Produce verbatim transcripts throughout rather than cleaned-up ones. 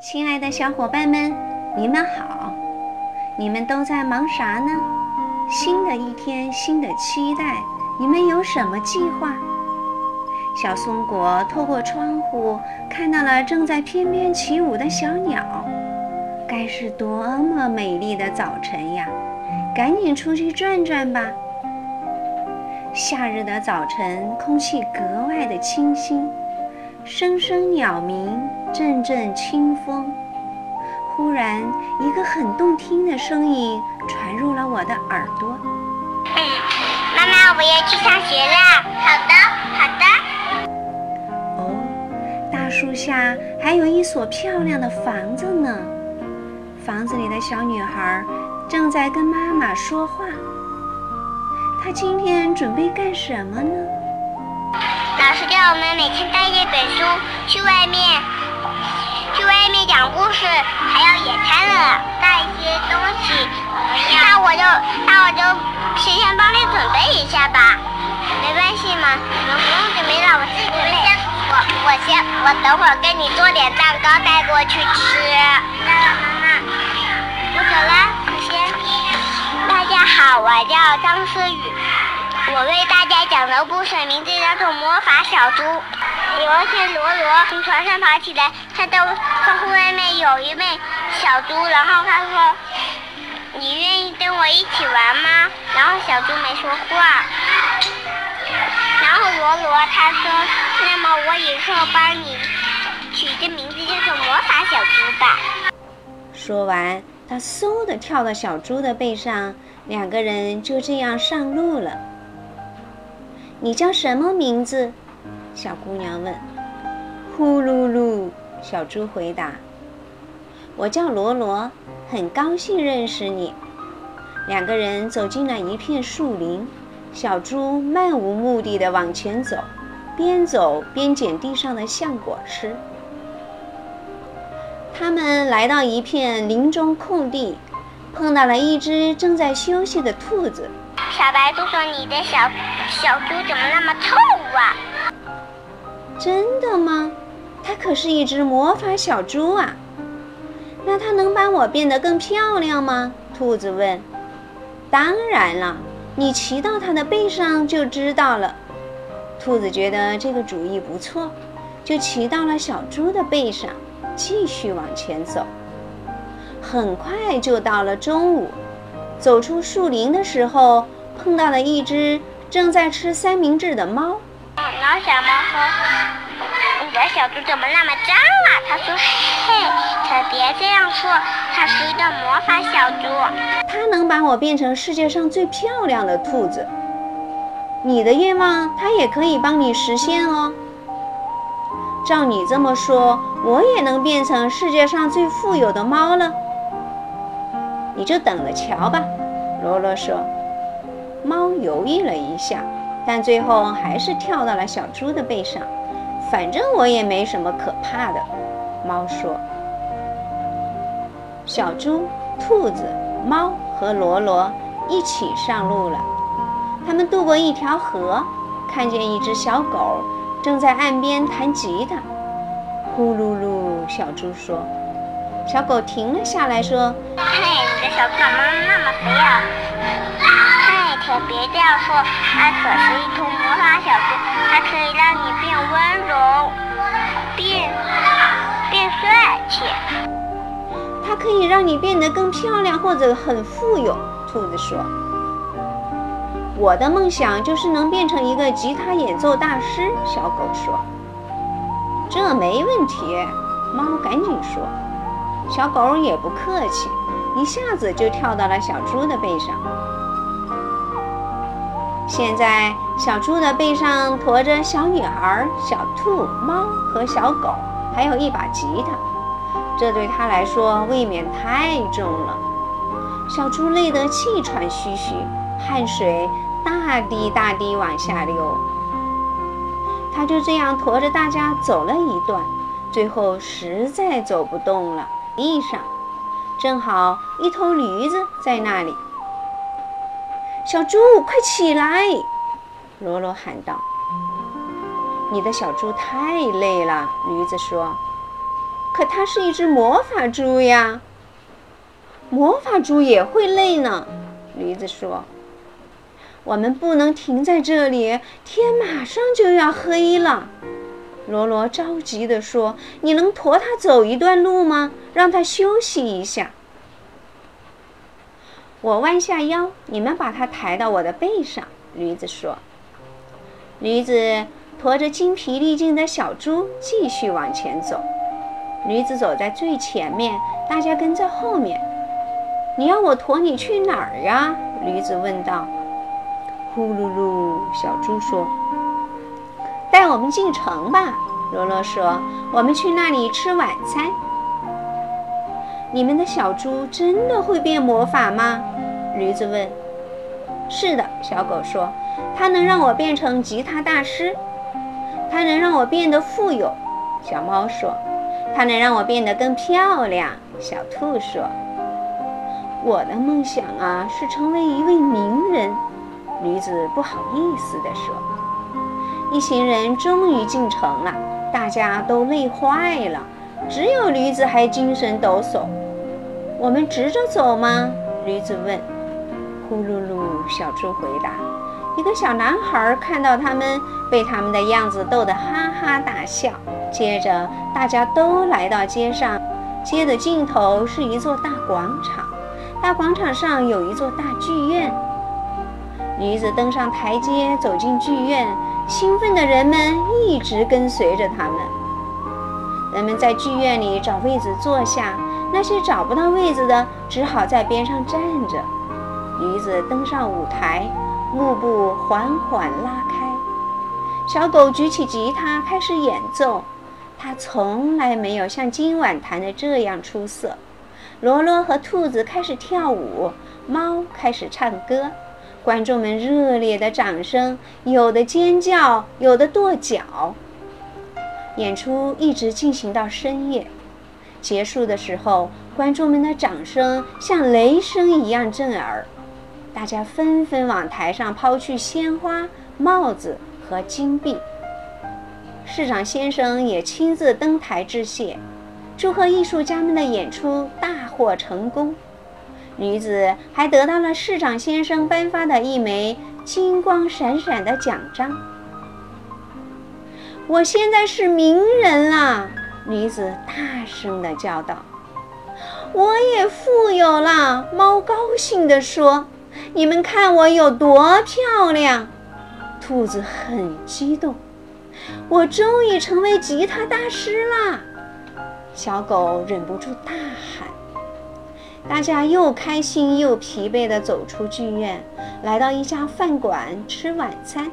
亲爱的小伙伴们，你们好！你们都在忙啥呢？新的一天，新的期待，你们有什么计划？小松果透过窗户看到了正在翩翩起舞的小鸟，该是多么美丽的早晨呀！赶紧出去转转吧。夏日的早晨，空气格外的清新，声声鸟鸣，阵阵清风。忽然，一个很动听的声音传入了我的耳朵。 嗯，妈妈，我要去上学了。好的，好的。 哦，大树下还有一所漂亮的房子呢。房子里的小女孩正在跟妈妈说话。她今天准备干什么呢？ 老师叫我们每天带一本书去外面，去外面讲故事，还要野餐了，带一些东西。那我就，那我就先先帮你准备一下吧。没关系嘛，你们不用准备了，我自己准备。我我先，我等会儿给你做点蛋糕带过去吃。来了，妈妈，我走了，你先。大家好，我叫张思雨，我为大家讲的故事名字叫做《魔法小猪》。有一天，罗罗从床上爬起来，看到窗户外面有一位小猪，然后他说：“你愿意跟我一起玩吗？”然后小猪没说话。然后罗罗他说：“那么我以后帮你取个名字，叫做魔法小猪吧。” 说完，他嗖地跳到小猪的背上，两个人就这样上路了。你叫什么名字？小姑娘问。呼噜噜，小猪回答。我叫罗罗，很高兴认识你。两个人走进了一片树林，小猪漫无目的地往前走，边走边捡地上的橡果吃。他们来到一片林中空地，碰到了一只正在休息的兔子。 小白兔说：“你的小小猪怎么那么臭啊？” 真的吗？它可是一只魔法小猪啊！那它能把我变得更漂亮吗？兔子问。当然了，你骑到它的背上就知道了。兔子觉得这个主意不错，就骑到了小猪的背上，继续往前走。很快就到了中午，走出树林的时候，碰到了一只正在吃三明治的猫。 然后小猫说：“你的小猪怎么那么脏啊？”他说：“嘿，可别这样说，它是一个魔法小猪， 它能把我变成世界上最漂亮的兔子。你的愿望它也可以帮你实现哦。照你这么说，我也能变成世界上最富有的猫了。你就等着瞧吧。”罗罗说。猫犹豫了一下，但最后还是跳到了小猪的背上。反正我也没什么可怕的，猫说。小猪、兔子、猫和罗罗一起上路了。他们渡过一条河，看见一只小狗正在岸边弹吉他。呼噜噜，小猪说。小狗停了下来说：“ 嘿，你的小猪怎么那么肥啊？嘿，可别这样说，它可是一头魔法小猪，它可以让你变温柔，变变帅气。 它可以让你变得更漂亮或者很富有。”兔子说。我的梦想就是能变成一个吉他演奏大师，小狗说。这没问题，猫赶紧说。小狗也不客气，一下子就跳到了小猪的背上。现在小猪的背上驮着小女孩、小兔、猫和小狗，还有一把吉他，这对它来说未免太重了。小猪累得气喘吁吁，汗水大滴大滴往下流。它就这样驮着大家走了一段，最后实在走不动了。地上正好一头驴子在那里。小猪，快起来！罗罗喊道。你的小猪太累了，驴子说。可可它是一只魔法猪呀。魔法猪也会累呢，驴子说。我们不能停在这里，天马上就要黑了。罗罗着急地说，你能驮它走一段路吗？让它休息一下。我弯下腰，你们把它抬到我的背上，驴子说。驴子驮着精疲力尽的小猪继续往前走。驴子走在最前面，大家跟在后面。你要我驮你去哪儿呀？驴子问道。呼噜噜，小猪说。带我们进城吧，罗罗说，我们去那里吃晚餐。你们的小猪真的会变魔法吗？驴子问。是的，小狗说，它能让我变成吉他大师。它能让我变得富有，小猫说。它能让我变得更漂亮，小兔说。我的梦想啊，是成为一位名人，驴子不好意思地说。一行人终于进城了，大家都累坏了，只有驴子还精神抖擞。我们直着走吗？驴子问。呼噜噜，小猪回答。一个小男孩看到他们，被他们的样子逗得哈哈大笑。接着大家都来到街上，街的尽头是一座大广场，大广场上有一座大剧院。驴子登上台阶，走进剧院，兴奋的人们一直跟随着他们。人们在剧院里找位子坐下，那些找不到位子的只好在边上站着。驴子登上舞台，幕布缓缓拉开，小狗举起吉他开始演奏，它从来没有像今晚弹得这样出色。罗罗和兔子开始跳舞，猫开始唱歌，观众们热烈的掌声，有的尖叫，有的跺脚。演出一直进行到深夜，结束的时候，观众们的掌声像雷声一样震耳，大家纷纷往台上抛去鲜花、帽子和金币。市长先生也亲自登台致谢，祝贺艺术家们的演出大获成功。驴子还得到了市长先生颁发的一枚金光闪闪的奖章。我现在是名人啦！驴子大声地叫道。我也富有了，猫高兴地说。你们看我有多漂亮！兔子很激动。我终于成为吉他大师啦！小狗忍不住大喊。大家又开心又疲惫地走出剧院，来到一家饭馆吃晚餐。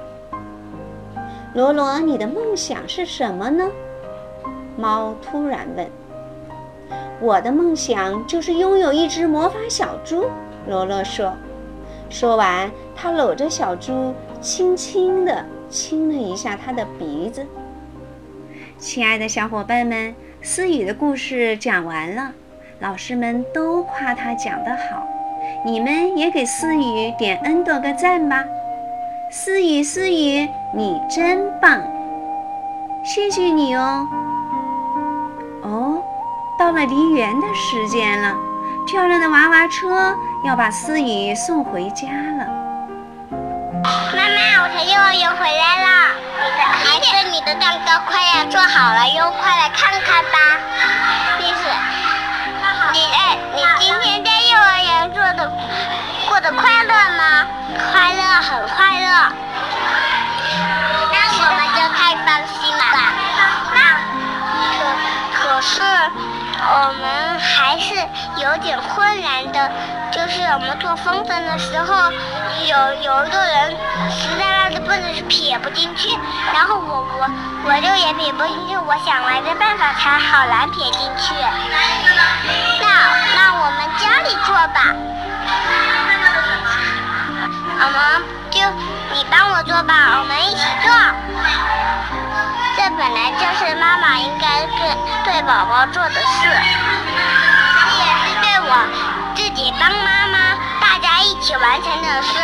罗罗，你的梦想是什么呢？猫突然问。我的梦想就是拥有一只魔法小猪，罗罗说。说完，他搂着小猪，轻轻地亲了一下它的鼻子。亲爱的小伙伴们，思雨的故事讲完了，老师们都夸他讲得好，你们也给思雨点 N 多个赞吧。思雨，思雨，你真棒，谢谢你哦。哦，到了离园的时间了，漂亮的娃娃车要把思雨送回家了。 妈妈，我从幼儿园回来了，你的孩子，你的蛋糕快要做好了哟，快来看看吧。丽丝，你哎，你今天在幼儿园做的过得快乐吗？快乐，很快乐。那我们就太放心了。可可是我们还是有点困难的，就是我们做风筝的时候，有有一个人实在拉的棍子是撇不进去，然后我我我就也撇不进去，我想来个办法才好来撇进去。那那我们家里做吧，我们就你帮我做吧，我们一起做。这本来就是妈妈应该对对宝宝做的事，这也是对我自己帮妈妈大家一起完成的事。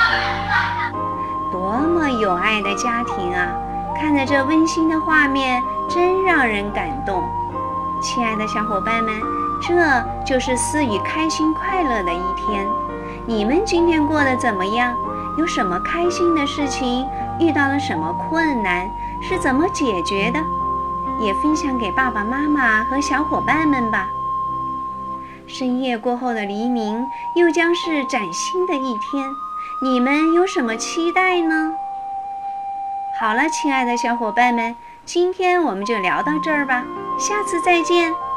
多么有爱的家庭啊！看着这温馨的画面，真让人感动。 亲爱的小伙伴们，这就是思雨开心快乐的一天。你们今天过得怎么样？有什么开心的事情？遇到了什么困难？是怎么解决的？也分享给爸爸妈妈和小伙伴们吧。深夜过后的黎明又将是崭新的一天，你们有什么期待呢？好了，亲爱的小伙伴们，今天我们就聊到这儿吧，下次再见。